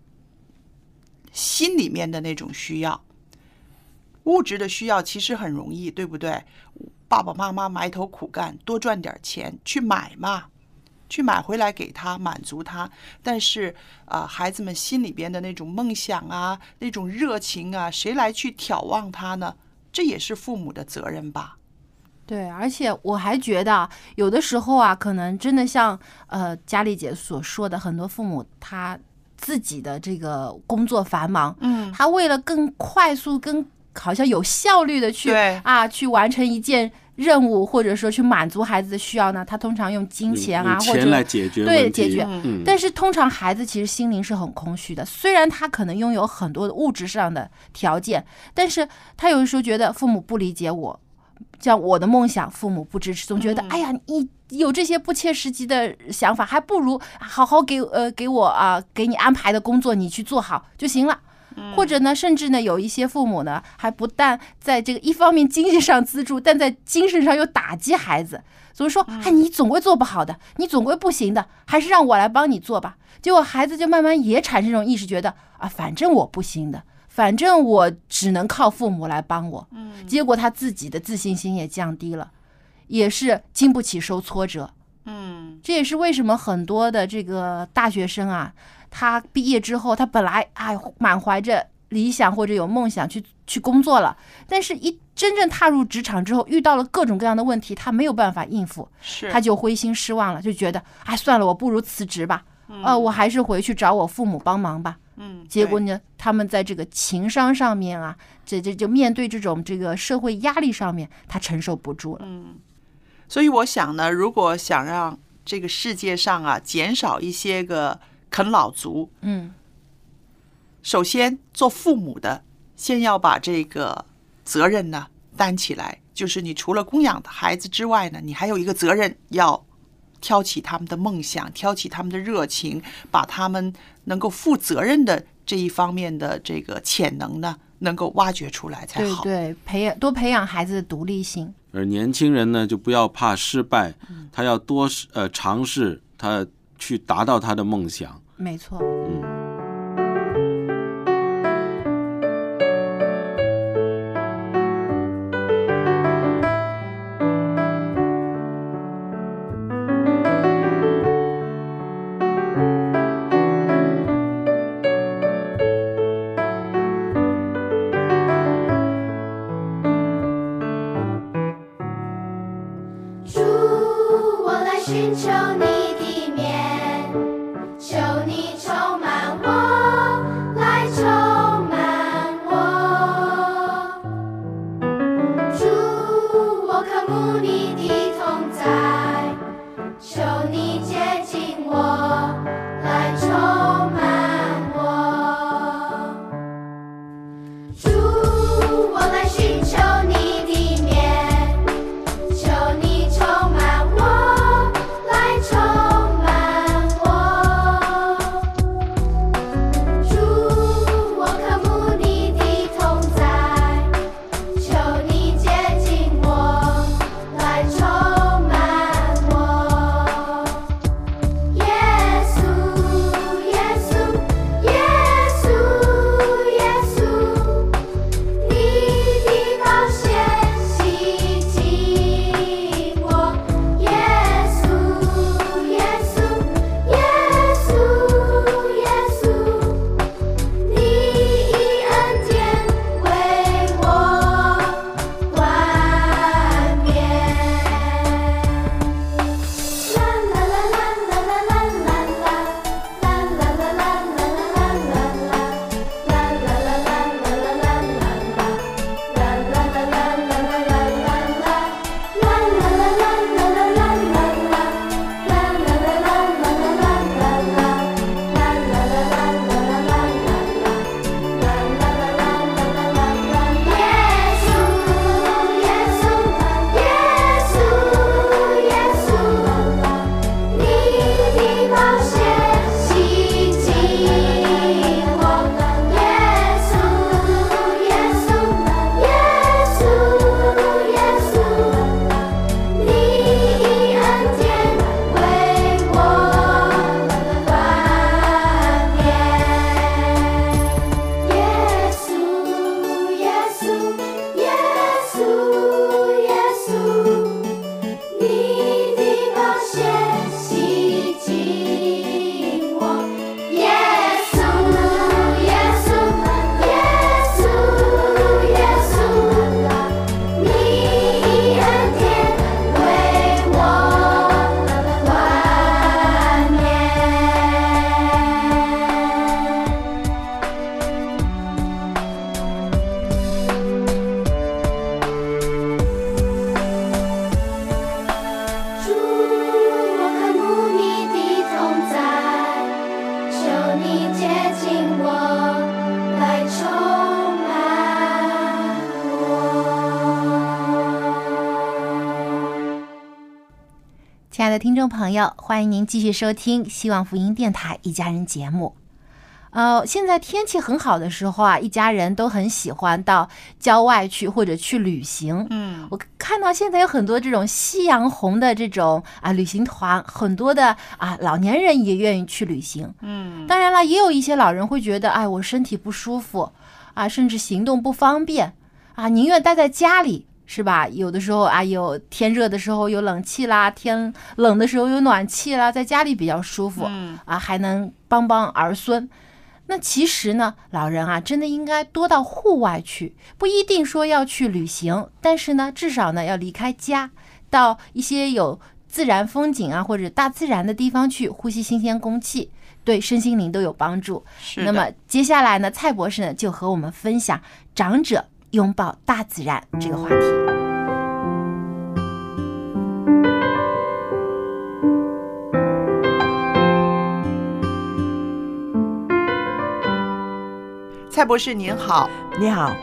S3: 心里面的那种需要。物质的需要其实很容易，对不对？爸爸妈妈埋头苦干，多赚点钱去买嘛，去买回来给他，满足他。但是孩子们心里边的那种梦想啊，那种热情啊，谁来去眺望他呢？这也是父母的责任吧。
S7: 对，而且我还觉得有的时候可能真的像佳丽姐所说的，很多父母他自己的这个工作繁忙，他为了更快速、更好像有效率的去完成一件任务，或者说去满足孩子的需要呢，他通常用金钱或者
S8: 来解决
S7: 对解决。但是通常孩子其实心灵是很空虚的，虽然他可能拥有很多的物质上的条件，但是他有的时候觉得父母不理解我。像我的梦想，父母不支持，总觉得哎呀，你有这些不切实际的想法，还不如好好给我给你安排的工作你去做好就行了。或者呢，甚至呢，有一些父母呢，还不但在这个一方面经济上资助，但在精神上又打击孩子，总是说你总归做不好的，你总归不行的，还是让我来帮你做吧。结果孩子就慢慢也产生这种意识，觉得反正我不行的，反正我只能靠父母来帮我。结果他自己的自信心也降低了，也是经不起受挫折。这也是为什么很多的这个大学生他毕业之后，他本来满怀着理想或者有梦想去工作了，但是一真正踏入职场之后，遇到了各种各样的问题，他没有办法应付，他就灰心失望了，就觉得算了，我不如辞职吧，我还是回去找我父母帮忙吧。结果呢，他们在这个情商上面这就面对这个社会压力上面，他承受不住了。
S3: 所以我想呢，如果想让这个世界上减少一些个啃老族，首先做父母的先要把这个责任呢担起来，就是你除了供养的孩子之外呢，你还有一个责任要挑起他们的梦想，挑起他们的热情，把他们能够负责任的这一方面的这个潜能呢，能够挖掘出来才好。
S7: 对，多培养孩子的独立性。
S8: 而年轻人呢，就不要怕失败，他要多尝试，他去达到他的梦想。
S7: 没错。
S9: 寻求你的面，求你充满我，来充满我。主，我渴慕你的同在，求你接近我，来充满我。主，我来寻求你的面，求你充满我。充满我，主，我渴慕你的同在，求你接近我，来充满我。耶稣，耶稣，耶稣，耶稣，你的宝血洗净我。耶稣。耶稣，耶稣，你以恩典为我冠冕。啦啦啦啦啦啦啦啦啦啦啦啦啦啦
S7: 亲爱的听众朋友，欢迎您继续收听希望福音电台一家人节目。现在天气很好的时候啊，一家人都很喜欢到郊外去或者去旅行。我看到现在有很多这种夕阳红的这种旅行团，很多的老年人也愿意去旅行。当然了，也有一些老人会觉得，我身体不舒服甚至行动不方便宁愿待在家里。是吧？有的时候有天热的时候有冷气啦，天冷的时候有暖气啦，在家里比较舒服还能帮帮儿孙。那其实呢，老人真的应该多到户外去，不一定说要去旅行，但是呢，至少呢要离开家，到一些有自然风景或者大自然的地方去呼吸新鲜空气，对身心灵都有帮助。那么接下来呢，蔡博士呢就和我们分享长者拥抱大自然这个话题。
S3: 蔡博士您好。
S6: 你好。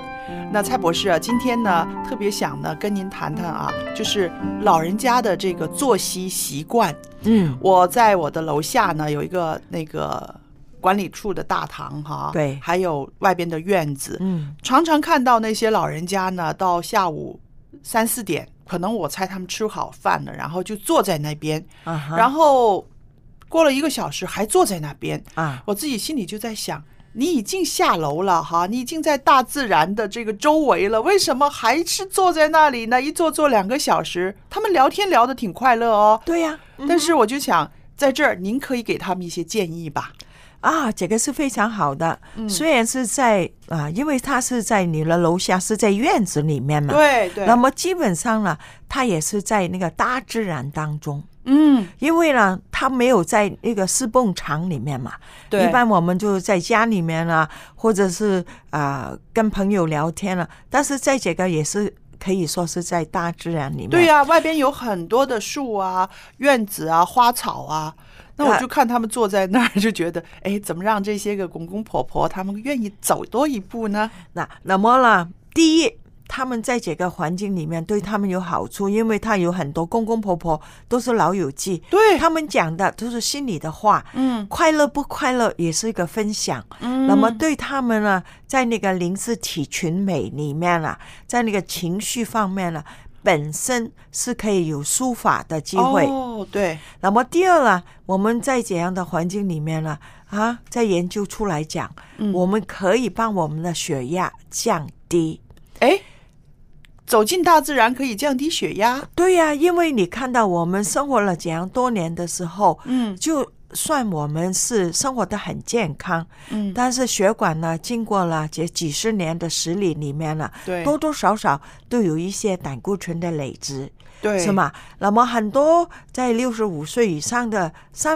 S3: 那蔡博士啊，今天呢特别想呢跟您谈谈啊，就是老人家的这个作息习惯。我在我的楼下呢有一个那个管理处的大堂哈，
S6: 对，
S3: 还有外边的院子，常常看到那些老人家呢，到下午3、4点，可能我猜他们吃好饭了，然后就坐在那边，然后过了1个小时还坐在那边啊，我自己心里就在想，你已经下楼了哈，你已经在大自然的这个周围了，为什么还是坐在那里呢？一坐2个小时，他们聊天聊得挺快乐哦。
S6: 对呀，
S3: 但是我就想在这儿，您可以给他们一些建议吧。
S6: 这个是非常好的。虽然是在因为它是在你的楼下，是在院子里面嘛，
S3: 对，
S6: 那么基本上呢，它也是在那个大自然当中。因为呢，它没有在那个四蹦场里面嘛，对，一般我们就在家里面啊，或者是跟朋友聊天了，但是在这个也是可以说是在大自然里面。
S3: 对呀，外边有很多的树啊、院子啊、花草啊。那我就看他们坐在那儿，就觉得，怎么让这些个公公婆婆他们愿意走多一步呢？
S6: 那么呢，第一，他们在这个环境里面对他们有好处，因为他有很多公公婆婆都是老友记，
S3: 对，
S6: 他们讲的都是心里的话，快乐不快乐也是一个分享，那么对他们呢，在那个灵智体群美里面啊，在那个情绪方面呢，本身是可以有抒发的机会。
S3: 对。
S6: 那么第二呢，我们在这样的环境里面呢，在研究出来讲，我们可以帮我们的血压降低。
S3: 走进大自然可以降低血压？
S6: 对呀，因为你看到我们生活了这样多年的时候，就算我们是生活得很健康，但是血管呢，经过了这几十年的洗礼里面呢，多多少少都有一些胆固醇的累积，
S3: 对，
S6: 是吗？那么很多在65岁以上的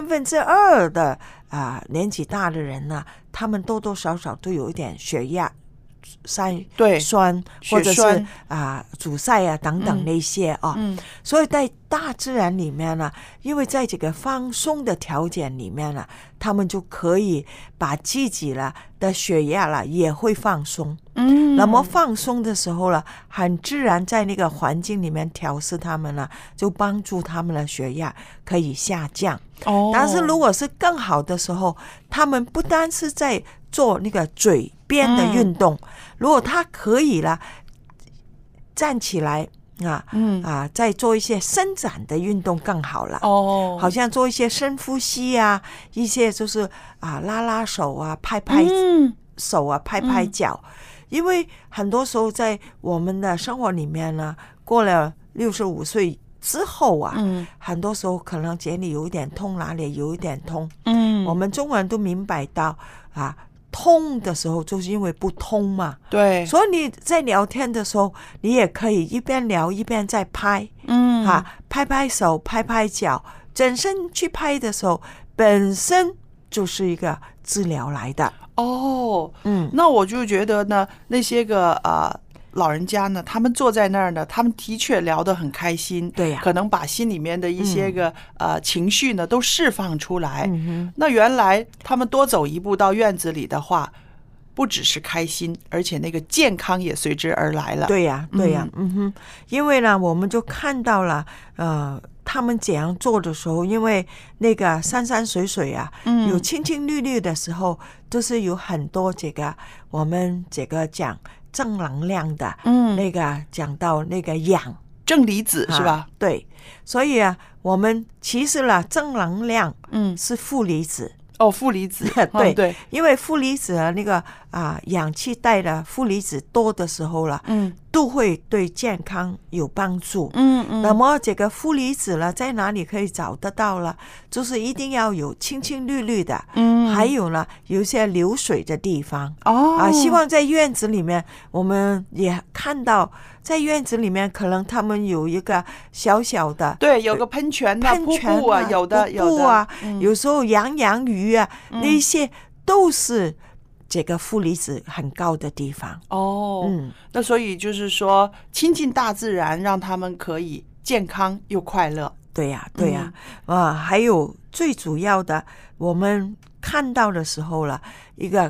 S6: 2/3的年纪大的人呢，他们多多少少都有一点血压酸或者是阻塞等等那些所以在大自然里面呢，因为在这个放松的条件里面呢，他们就可以把自己的血压也会放松。那么放松的时候很自然在那个环境里面调试他们就帮助他们的血压可以下降。但是如果是更好的时候，他们不单是在做那个嘴边的运动，如果他可以站起来再做一些伸展的运动更好了。好像做一些深呼吸一些就是拉拉手拍拍手拍拍脚。因为很多时候在我们的生活里面呢，过了65岁之后很多时候可能这里有一点痛，哪里有一点痛，我们中国人都明白到痛的时候就是因为不通嘛，对，所以你在聊天的时候，你也可以一边聊一边在拍，拍拍手拍拍脚，整身去拍的时候本身就是一个治疗来的。
S3: 那我就觉得呢，那些个老人家呢，他们坐在那儿呢，他们的确聊得很开心，对呀，可能把心里面的一些个情绪呢都释放出来。那原来他们多走一步到院子里的话，不只是开心，而且那个健康也随之而来了。
S6: 对呀，对呀，因为呢，我们就看到了他们这样做的时候，因为那个山山水水有青青绿绿的时候，都是有很多这个我们这个讲正能量的，那个讲到那个氧
S3: 正离子是吧？
S6: 对，所以我们其实正能量是负离子。
S3: 负离子
S6: 对，因为负离子那个氧气带的负离子多的时候都会对健康有帮助。那么这个负离子在哪里可以找得到了？就是一定要有青青绿绿的，还有呢有一些流水的地方。希望在院子里面，我们也看到在院子里面可能他们有一个小小的，
S3: 对，有个喷泉瀑布有的
S6: 有时候养鱼那些都是这个负离子很高的地方。
S3: 那所以就是说亲近大自然，让他们可以健康又快乐。
S6: 对呀，对呀，还有最主要的，我们看到的时候一个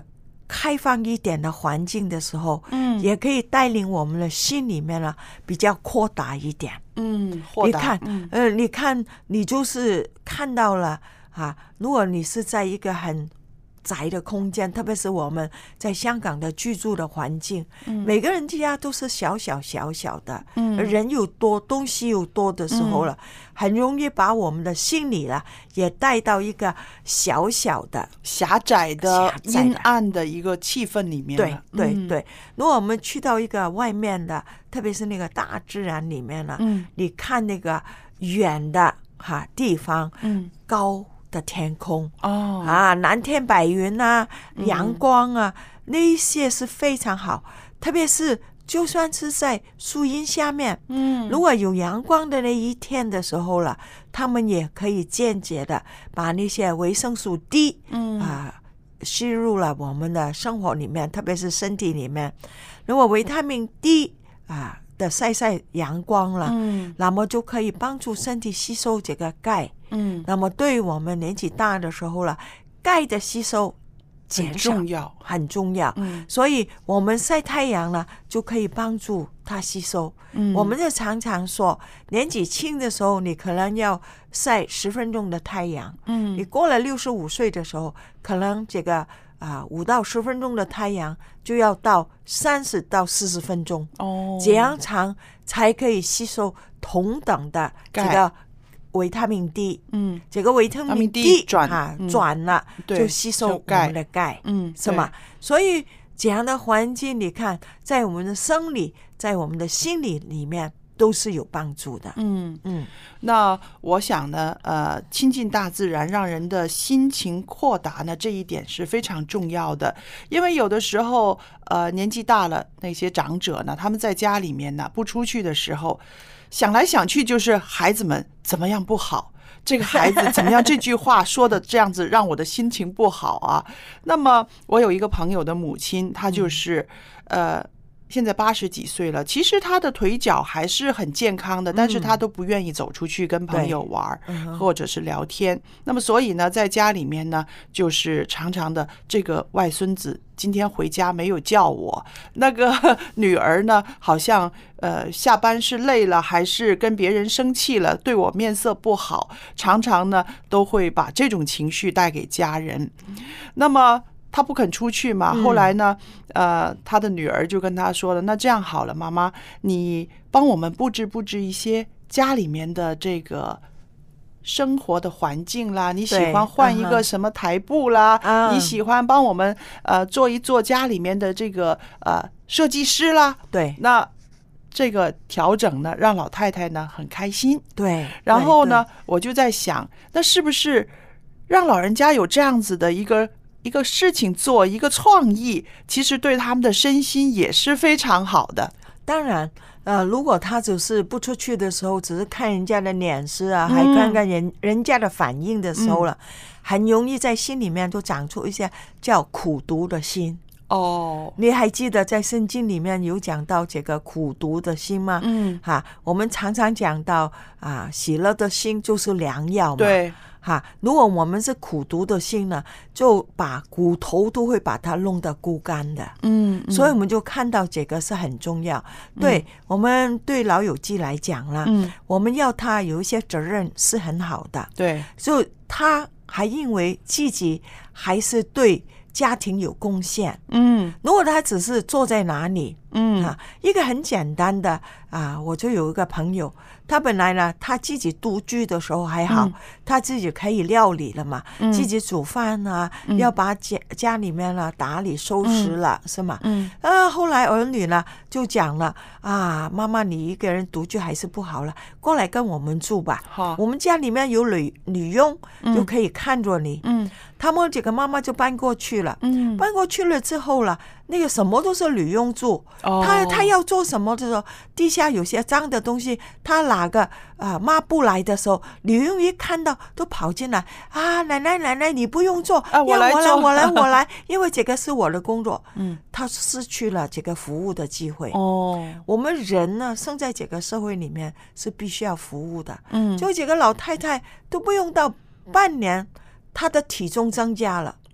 S6: 开放一点的环境的时候，也可以带领我们的心里面呢比较扩大一点。
S3: 豁达。
S6: 你看，你就是看到了啊，如果你是在一个很窄的空间，特别是我们在香港的居住的环境，每个人家都是小小的，人又多，东西又多的时候了，很容易把我们的心理了也带到一个小小的
S3: 狭窄的阴暗的一个气氛里面了。
S6: 对，如果我们去到一个外面的，特别是那个大自然里面了，你看那个远的地方，高的天空蓝天白云啊，阳光啊，那一些是非常好。特别是就算是在树荫下面，如果有阳光的那一天的时候了，他们也可以间接的把那些维生素 D 吸入了我们的生活里面，特别是身体里面。如果维他命 D 的晒阳光了，那么就可以帮助身体吸收这个钙。那么对于我们年纪大的时候了，钙的吸收很重要。所以我们晒太阳呢，就可以帮助它吸收。我们就常常说，年纪轻的时候，你可能要晒10分钟的太阳。你过了65岁的时候，可能这个5到10分钟的太阳就要到30到40分钟，这样长才可以吸收同等的这个维他命 D。这个维他命 D 转了就吸收我们的钙，是吗？所以这样的环境，你看，在我们的生理，在我们的心理里面都是有帮助的。
S3: 那我想呢，亲近大自然，让人的心情扩达呢，这一点是非常重要的。因为有的时候，年纪大了，那些长者呢，他们在家里面呢，不出去的时候，想来想去就是孩子们怎么样不好，这个孩子怎么样，这句话说的这样子让我的心情不好啊。那么我有一个朋友的母亲，她就是现在80几岁了，其实他的腿脚还是很健康的，但是他都不愿意走出去跟朋友玩，或者是聊天。那么所以呢，在家里面呢，就是常常的这个外孙子今天回家没有叫我，那个女儿呢，好像下班是累了，还是跟别人生气了，对我面色不好，常常呢都会把这种情绪带给家人。那么他不肯出去嘛，后来呢他的女儿就跟他说了，那这样好了，妈妈，你帮我们布置一些家里面的这个生活的环境啦，你喜欢换一个什么台布啦，你喜欢帮我们做一做家里面的这个设计师啦。对，那这个调整呢，让老太太呢很开心。对，然后呢，我就在想，那是不是让老人家有这样子的一个事情做，一个创意，其实对他们的身心也是非常好的。当然如果他只是不出去的时候，只是看人家的脸色啊，还看看人家的反应的时候了，很容易在心里面就长出一些叫苦毒的心。你还记得在圣经里面有讲到这个苦毒的心吗？我们常常讲到喜乐的心就是良药嘛。对，如果我们是苦毒的心呢，就把骨头都会把它弄得枯干的。所以我们就看到这个是很重要。对，我们对老友记来讲啦，我们要他有一些责任是很好的。对，所以他还认为自己还是对家庭有贡献。如果他只是坐在哪里，一个很简单的我就有一个朋友，他本来呢，他自己独居的时候还好，他自己可以料理了嘛，自己煮饭啊，要把家里面呢打理收拾了，是吗？后来儿女呢就讲了妈妈你一个人独居还是不好了，过来跟我们住吧，我们家里面有女佣就可以看着你。他们这个妈妈就搬过去了。搬过去了之后了，那个什么都是女佣做。他要做什么的时候，地下有些脏的东西，他拿个抹布来的时候，女佣一看到都跑进来奶奶你不用做，我来因为这个是我的工作。他失去了这个服务的机会。我们人呢生在这个社会里面是必须要服务的。就这个老太太都不用到半年，她的体重增加了。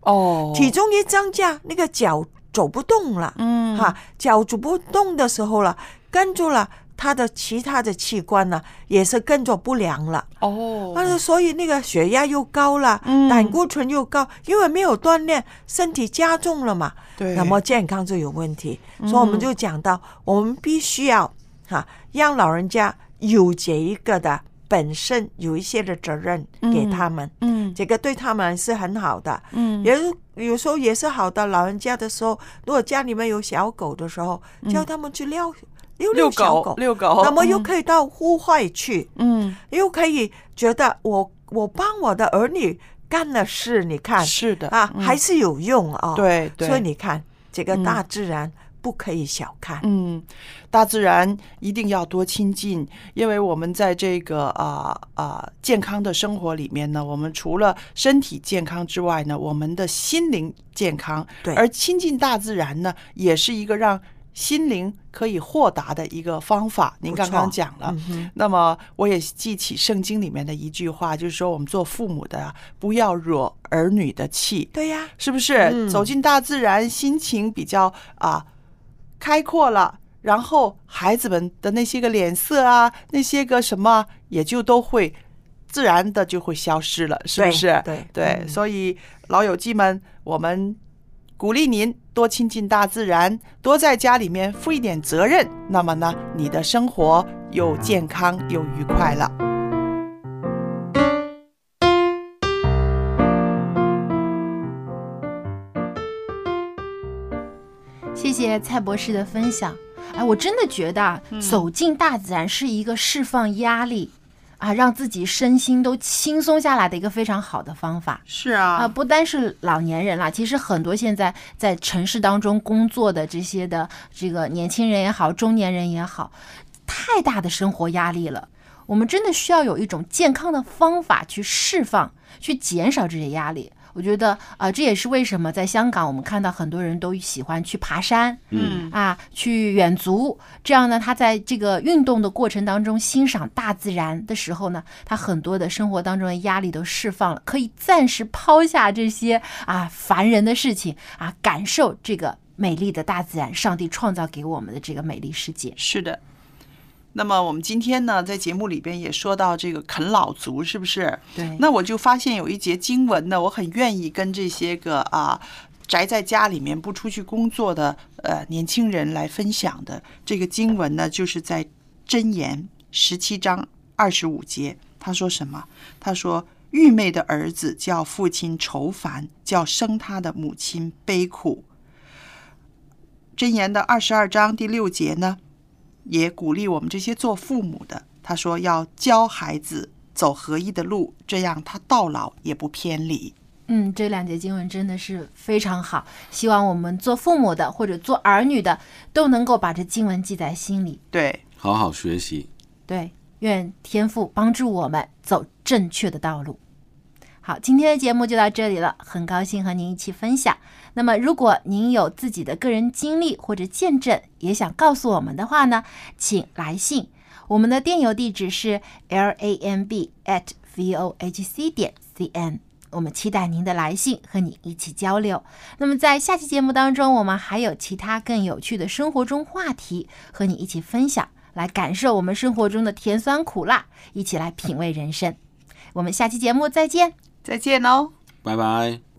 S6: 体重一增加，那个脚走不动了，脚走不动的时候了，跟住了他的其他的器官呢也是跟着不良了，所以那个血压又高了，胆固醇又高，因为没有锻炼，身体加重了嘛，对，那么健康就有问题。所以我们就讲到，我们必须要让老人家有这一个的本身有一些的责任给他们，这个对他们是很好的，有时候也是好的。老人家的时候，如果家里面有小狗的时候，叫他们去遛小狗，那么又可以到户外去，又可以觉得我帮我的儿女干了事，你看
S3: 是的
S6: 还是有用啊，
S3: 对，
S6: 所以你看这个大自然不可以小看，
S3: 大自然一定要多亲近，因为我们在这个健康的生活里面呢，我们除了身体健康之外呢，我们的心灵健康，对，而亲近大自然呢，也是一个让心灵可以豁达的一个方法。您刚刚讲了，那么我也记起圣经里面的一句话，就是说我们做父母的不要惹儿女的气。
S6: 对呀，
S3: 是不是？走进大自然，心情比较开阔了，然后孩子们的那些个脸色啊，那些个什么也就都会自然的就会消失了，是不是？对，所以老友记们，我们鼓励您多亲近大自然，多在家里面负一点责任，那么呢，你的生活又健康又愉快了。
S7: 谢谢蔡博士的分享。我真的觉得走进大自然是一个释放压力让自己身心都轻松下来的一个非常好的方法。
S3: 是啊，
S7: 不单是老年人啦，其实很多现在在城市当中工作的这些的这个年轻人也好，中年人也好，太大的生活压力了。我们真的需要有一种健康的方法去释放，去减少这些压力。我觉得这也是为什么在香港我们看到很多人都喜欢去爬山，去远足，这样呢，他在这个运动的过程当中欣赏大自然的时候呢，他很多的生活当中的压力都释放了，可以暂时抛下这些烦人的事情感受这个美丽的大自然，上帝创造给我们的这个美丽世界。
S3: 是的。那么我们今天呢，在节目里边也说到这个啃老族，是不是？
S7: 对。
S3: 那我就发现有一节经文呢，我很愿意跟这些个宅在家里面不出去工作的年轻人来分享的。这个经文呢，就是在箴言17章25节，他说什么？他说：“愚昧的儿子叫父亲愁烦，叫生他的母亲悲苦。”箴言的22章第6节呢，也鼓励我们这些做父母的，他说要教孩子走合一的路，这样他到老也不偏离。
S7: 这两节经文真的是非常好，希望我们做父母的或者做儿女的都能够把这经文记在心里，
S3: 对，
S8: 好好学习。
S7: 对，愿天父帮助我们走正确的道路。好，今天的节目就到这里了，很高兴和您一起分享。那么如果您有自己的个人经历或者见证也想告诉我们的话呢，请来信，我们的电邮地址是 lamb@vohc.cn， 我们期待您的来信和你一起交流。那么在下期节目当中，我们还有其他更有趣的生活中话题和你一起分享，来感受我们生活中的甜酸苦辣，一起来品味人生。我们下期节目再见。
S3: 再见哦，
S8: 拜拜。